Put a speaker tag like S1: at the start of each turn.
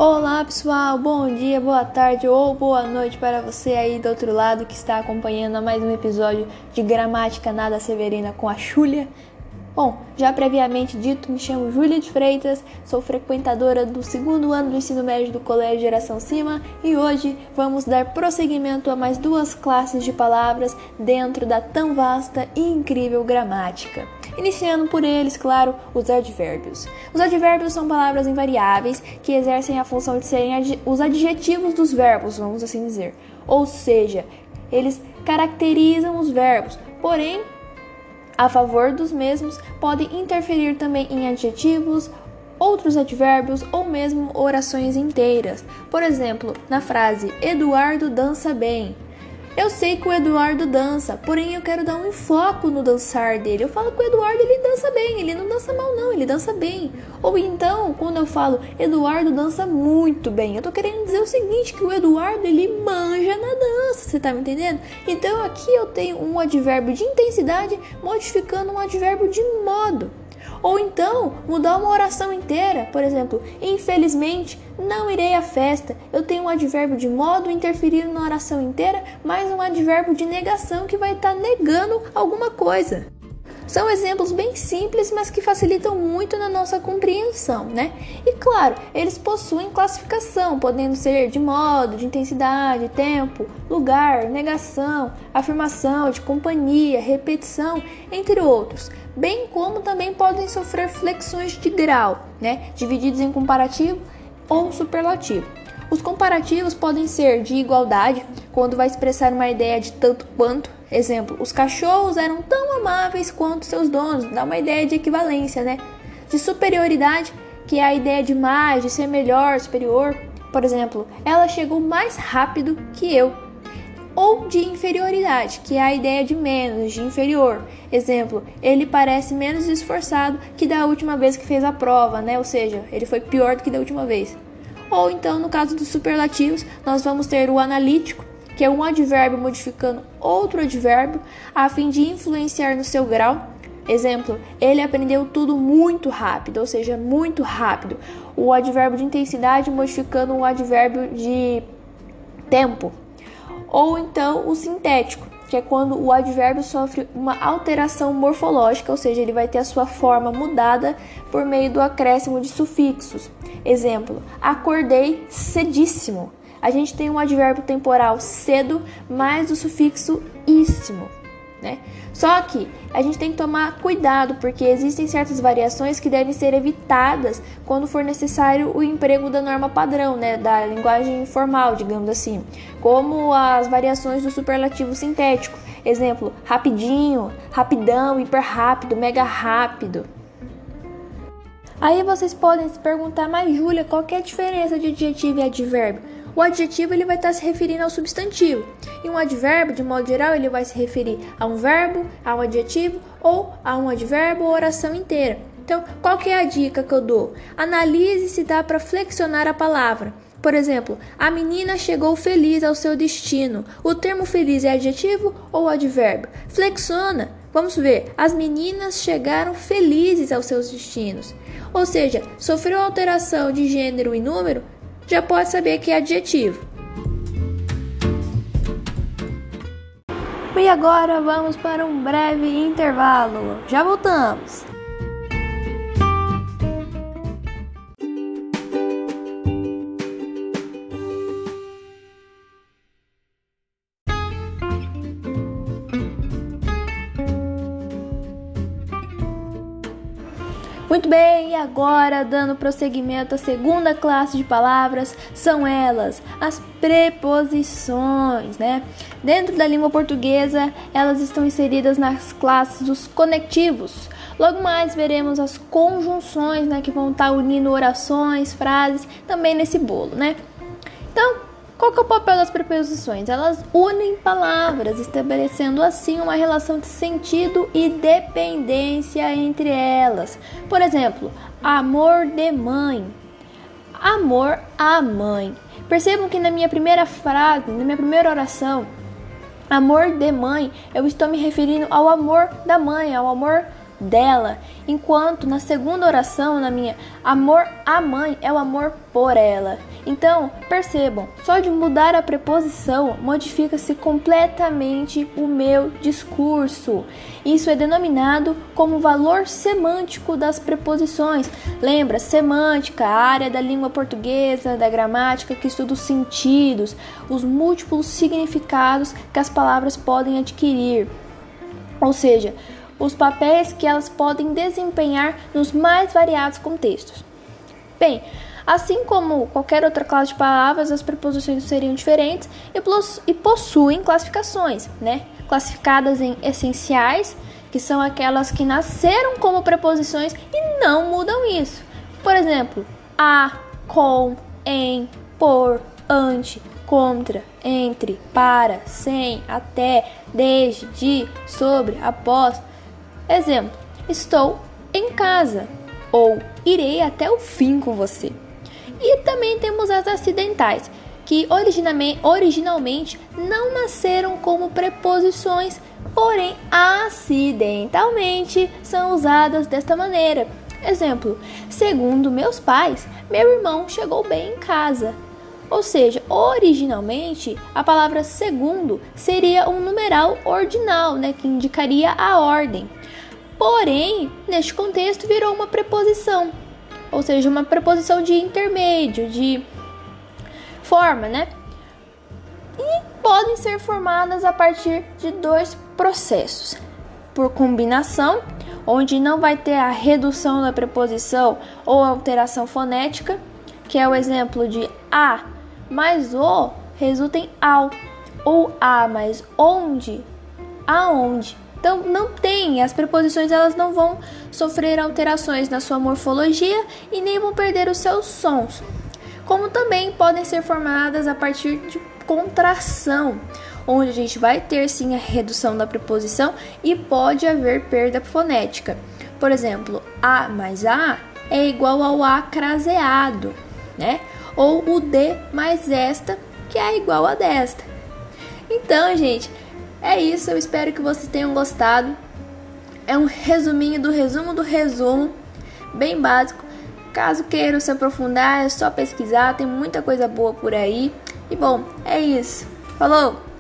S1: Olá pessoal, bom dia, boa tarde ou boa noite para você aí do outro lado que está acompanhando mais um episódio de Gramática Nada Severina com a Júlia. Bom, já previamente dito, me chamo Júlia de Freitas, sou frequentadora do segundo ano do ensino médio do Colégio Geração Cima e hoje vamos dar prosseguimento a mais duas classes de palavras dentro da tão vasta e incrível gramática. Iniciando por eles, claro, os advérbios. Os advérbios são palavras invariáveis que exercem a função de serem os adjetivos dos verbos, vamos assim dizer. Ou seja, eles caracterizam os verbos, porém, a favor dos mesmos, podem interferir também em adjetivos, outros advérbios ou mesmo orações inteiras. Por exemplo, na frase Eduardo dança bem. Eu sei que o Eduardo dança, porém eu quero dar um enfoque no dançar dele. Eu falo que o Eduardo ele dança bem, ele não dança mal não, ele dança bem. Ou então, quando eu falo Eduardo dança muito bem, eu tô querendo dizer o seguinte, que o Eduardo ele manja na dança, você tá me entendendo? Então aqui eu tenho um advérbio de intensidade modificando um advérbio de modo. Ou então, mudar uma oração inteira, por exemplo, infelizmente, não irei à festa. Eu tenho um advérbio de modo interferindo na oração inteira, mais um advérbio de negação que vai estar negando alguma coisa. São exemplos bem simples, mas que facilitam muito na nossa compreensão, né? E claro, eles possuem classificação, podendo ser de modo, de intensidade, tempo, lugar, negação, afirmação, de companhia, repetição, entre outros. Bem como também podem sofrer flexões de grau, né? Divididos em comparativo ou superlativo. Os comparativos podem ser de igualdade, quando vai expressar uma ideia de tanto quanto. Exemplo, os cachorros eram tão amáveis quanto seus donos, dá uma ideia de equivalência, né? De superioridade, que é a ideia de mais, de ser melhor, superior. Por exemplo, ela chegou mais rápido que eu. Ou de inferioridade, que é a ideia de menos, de inferior. Exemplo, ele parece menos esforçado que da última vez que fez a prova, né? Ou seja, ele foi pior do que da última vez. Ou então, no caso dos superlativos, nós vamos ter o analítico, que é um advérbio modificando outro advérbio a fim de influenciar no seu grau. Exemplo, ele aprendeu tudo muito rápido, ou seja, muito rápido. O advérbio de intensidade modificando o advérbio de tempo. Ou então o sintético, que é quando o advérbio sofre uma alteração morfológica, ou seja, ele vai ter a sua forma mudada por meio do acréscimo de sufixos. Exemplo, acordei cedíssimo. A gente tem um advérbio temporal cedo mais o sufixo íssimo, né? Só que a gente tem que tomar cuidado, porque existem certas variações que devem ser evitadas quando for necessário o emprego da norma padrão, né? Da linguagem formal, digamos assim, como as variações do superlativo sintético. Exemplo, rapidinho, rapidão, hiper rápido, mega rápido. Aí vocês podem se perguntar, mas Júlia, qual que é a diferença de adjetivo e advérbio? O adjetivo ele vai estar se referindo ao substantivo. E um advérbio, de modo geral, ele vai se referir a um verbo, a um adjetivo ou a um advérbio ou oração inteira. Então, qual que é a dica que eu dou? Analise se dá para flexionar a palavra. Por exemplo, a menina chegou feliz ao seu destino. O termo feliz é adjetivo ou advérbio? Flexiona. Vamos ver. As meninas chegaram felizes aos seus destinos. Ou seja, sofreu alteração de gênero e número, já pode saber que é adjetivo. E agora vamos para um breve intervalo. Já voltamos. Muito bem, e agora, dando prosseguimento à segunda classe de palavras, são elas, as preposições, né? Dentro da língua portuguesa, elas estão inseridas nas classes dos conectivos. Logo mais veremos as conjunções, né, que vão estar unindo orações, frases, também nesse bolo, né? Então, qual que é o papel das preposições? Elas unem palavras, estabelecendo assim uma relação de sentido e dependência entre elas. Por exemplo, amor de mãe, amor à mãe. Percebam que na minha primeira frase, na minha primeira oração, amor de mãe, eu estou me referindo ao amor da mãe, ao amor dela, enquanto na segunda oração, na minha, amor à mãe é o amor por ela. Então, percebam, só de mudar a preposição modifica-se completamente o meu discurso. Isso é denominado como valor semântico das preposições. Lembra, semântica, a área da língua portuguesa, da gramática que estuda os sentidos, os múltiplos significados que as palavras podem adquirir. Ou seja, os papéis que elas podem desempenhar nos mais variados contextos. Bem, assim como qualquer outra classe de palavras, as preposições seriam diferentes e possuem classificações, né? Classificadas em essenciais, que são aquelas que nasceram como preposições e não mudam isso. Por exemplo, a, com, em, por, ante, contra, entre, para, sem, até, desde, de, sobre, após. Exemplo, estou em casa ou irei até o fim com você. E também temos as acidentais, que originalmente não nasceram como preposições, porém acidentalmente são usadas desta maneira. Exemplo, segundo meus pais, meu irmão chegou bem em casa. Ou seja, originalmente a palavra segundo seria um numeral ordinal, né, que indicaria a ordem. Porém, neste contexto virou uma preposição, ou seja, uma preposição de intermédio, de forma, né? E podem ser formadas a partir de dois processos. Por combinação, onde não vai ter a redução da preposição ou alteração fonética, que é o exemplo de a mais o resulta em ao, ou a mais onde, aonde. Então, não tem, as preposições elas não vão sofrer alterações na sua morfologia e nem vão perder os seus sons. Como também podem ser formadas a partir de contração, onde a gente vai ter sim a redução da preposição e pode haver perda fonética. Por exemplo, a mais a é igual ao a craseado, né? Ou o de mais esta, que é igual a desta. Então, gente, é isso, eu espero que vocês tenham gostado. É um resuminho do resumo, bem básico. Caso queiram se aprofundar, é só pesquisar, tem muita coisa boa por aí. E bom, é isso. Falou!